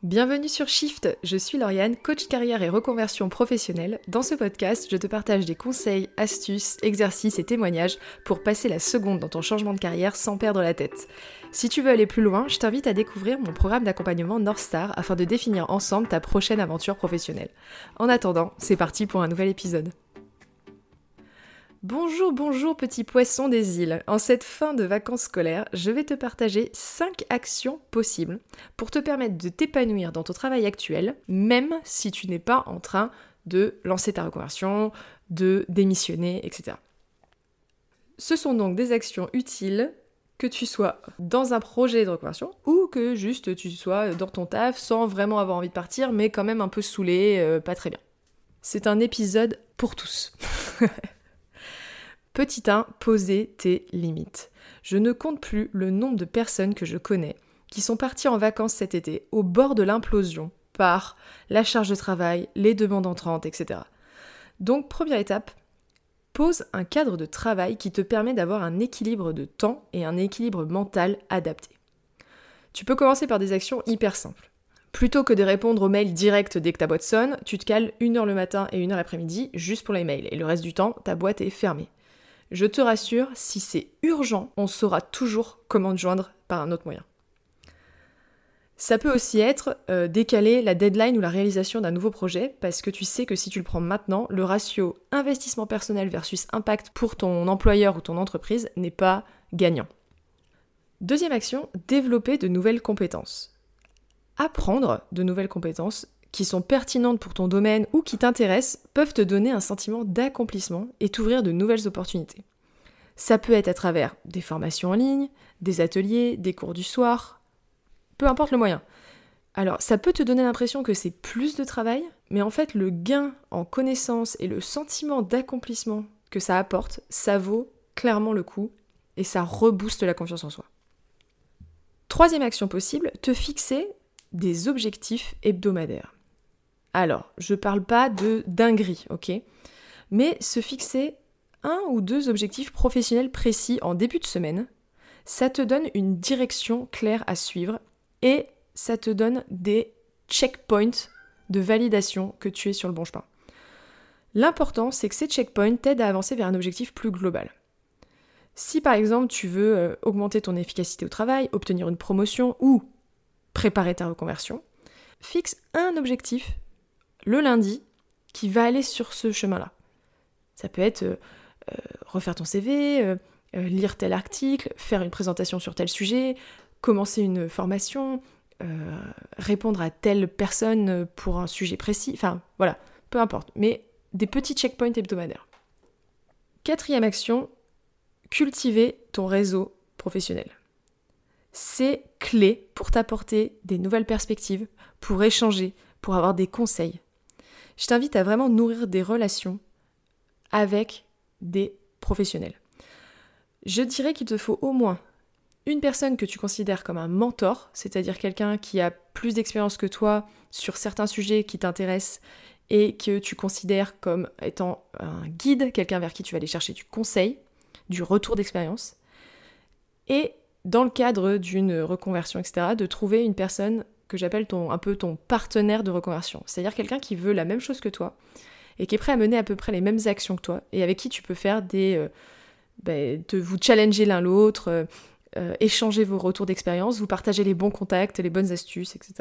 Bienvenue sur Shift, je suis Lauriane, coach carrière et reconversion professionnelle. Dans ce podcast, je te partage des conseils, astuces, exercices et témoignages pour passer la seconde dans ton changement de carrière sans perdre la tête. Si tu veux aller plus loin, je t'invite à découvrir mon programme d'accompagnement North Star afin de définir ensemble ta prochaine aventure professionnelle. En attendant, c'est parti pour un nouvel épisode. Bonjour petit poisson des îles. En cette fin de vacances scolaires, je vais te partager 5 actions possibles pour te permettre de t'épanouir dans ton travail actuel, même si tu n'es pas en train de lancer ta reconversion, de démissionner, etc. Ce sont donc des actions utiles que tu sois dans un projet de reconversion ou que juste tu sois dans ton taf sans vraiment avoir envie de partir, mais quand même un peu saoulé, pas très bien. C'est un épisode pour tous. Petit 1, poser tes limites. Je ne compte plus le nombre de personnes que je connais qui sont parties en vacances cet été au bord de l'implosion par la charge de travail, les demandes entrantes, etc. Donc, première étape, pose un cadre de travail qui te permet d'avoir un équilibre de temps et un équilibre mental adapté. Tu peux commencer par des actions hyper simples. Plutôt que de répondre aux mails directs dès que ta boîte sonne, tu te cales 1h le matin et 1h l'après-midi juste pour les mails. Et le reste du temps, ta boîte est fermée. Je te rassure, si c'est urgent, on saura toujours comment te joindre par un autre moyen. Ça peut aussi être décaler la deadline ou la réalisation d'un nouveau projet parce que tu sais que si tu le prends maintenant, le ratio investissement personnel versus impact pour ton employeur ou ton entreprise n'est pas gagnant. Deuxième action, développer de nouvelles compétences. Apprendre de nouvelles compétences qui sont pertinentes pour ton domaine ou qui t'intéressent peuvent te donner un sentiment d'accomplissement et t'ouvrir de nouvelles opportunités. Ça peut être à travers des formations en ligne, des ateliers, des cours du soir, peu importe le moyen. Alors, ça peut te donner l'impression que c'est plus de travail, mais en fait, le gain en connaissance et le sentiment d'accomplissement que ça apporte, ça vaut clairement le coup et ça rebooste la confiance en soi. Troisième action possible, te fixer des objectifs hebdomadaires. Alors, je parle pas de dinguerie, ok ? Mais se fixer 1 ou 2 objectifs professionnels précis en début de semaine, ça te donne une direction claire à suivre et ça te donne des checkpoints de validation que tu es sur le bon chemin. L'important, c'est que ces checkpoints t'aident à avancer vers un objectif plus global. Si par exemple tu veux augmenter ton efficacité au travail, obtenir une promotion ou préparer ta reconversion, fixe un objectif le lundi qui va aller sur ce chemin-là. Ça peut être refaire ton CV, lire tel article, faire une présentation sur tel sujet, commencer une formation, répondre à telle personne pour un sujet précis, enfin voilà, peu importe, mais des petits checkpoints hebdomadaires. Quatrième action, cultiver ton réseau professionnel. C'est clé pour t'apporter des nouvelles perspectives, pour échanger, pour avoir des conseils. Je t'invite à vraiment nourrir des relations avec des professionnels. Je dirais qu'il te faut au moins une personne que tu considères comme un mentor, c'est-à-dire quelqu'un qui a plus d'expérience que toi sur certains sujets qui t'intéressent et que tu considères comme étant un guide, quelqu'un vers qui tu vas aller chercher du conseil, du retour d'expérience. Et dans le cadre d'une reconversion, etc., de trouver une personne que j'appelle un peu ton partenaire de reconversion. C'est-à-dire quelqu'un qui veut la même chose que toi et qui est prêt à mener à peu près les mêmes actions que toi et avec qui tu peux faire vous challenger l'un l'autre, échanger vos retours d'expérience, vous partager les bons contacts, les bonnes astuces, etc.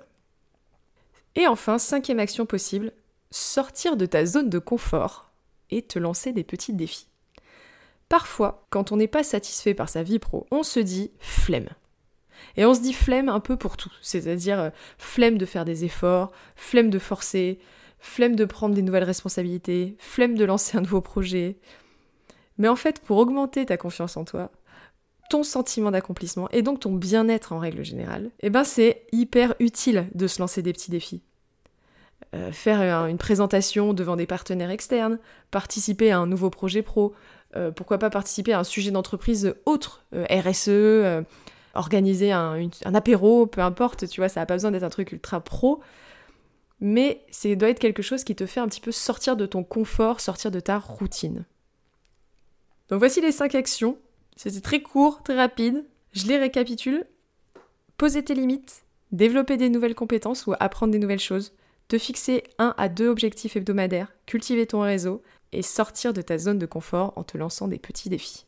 Et enfin, 5e action possible, sortir de ta zone de confort et te lancer des petits défis. Parfois, quand on n'est pas satisfait par sa vie pro, on se dit flemme. Et on se dit flemme un peu pour tout, c'est-à-dire flemme de faire des efforts, flemme de forcer, flemme de prendre des nouvelles responsabilités, flemme de lancer un nouveau projet. Mais en fait, pour augmenter ta confiance en toi, ton sentiment d'accomplissement et donc ton bien-être en règle générale, c'est hyper utile de se lancer des petits défis. Faire une présentation devant des partenaires externes, participer à un nouveau projet pro, pourquoi pas participer à un sujet d'entreprise autre, RSE, organiser un apéro, peu importe, tu vois, ça n'a pas besoin d'être un truc ultra pro, mais ça doit être quelque chose qui te fait un petit peu sortir de ton confort, sortir de ta routine. Donc voici les 5 actions. C'était très court, très rapide. Je les récapitule. Poser tes limites, développer des nouvelles compétences ou apprendre des nouvelles choses, te fixer 1 à 2 objectifs hebdomadaires, cultiver ton réseau et sortir de ta zone de confort en te lançant des petits défis.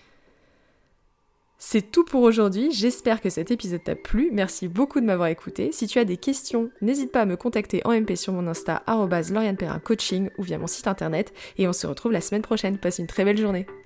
C'est tout pour aujourd'hui, j'espère que cet épisode t'a plu, merci beaucoup de m'avoir écouté. Si tu as des questions, n'hésite pas à me contacter en MP sur mon Insta @LaurianePerrinCoaching ou via mon site internet et on se retrouve la semaine prochaine. Passe une très belle journée.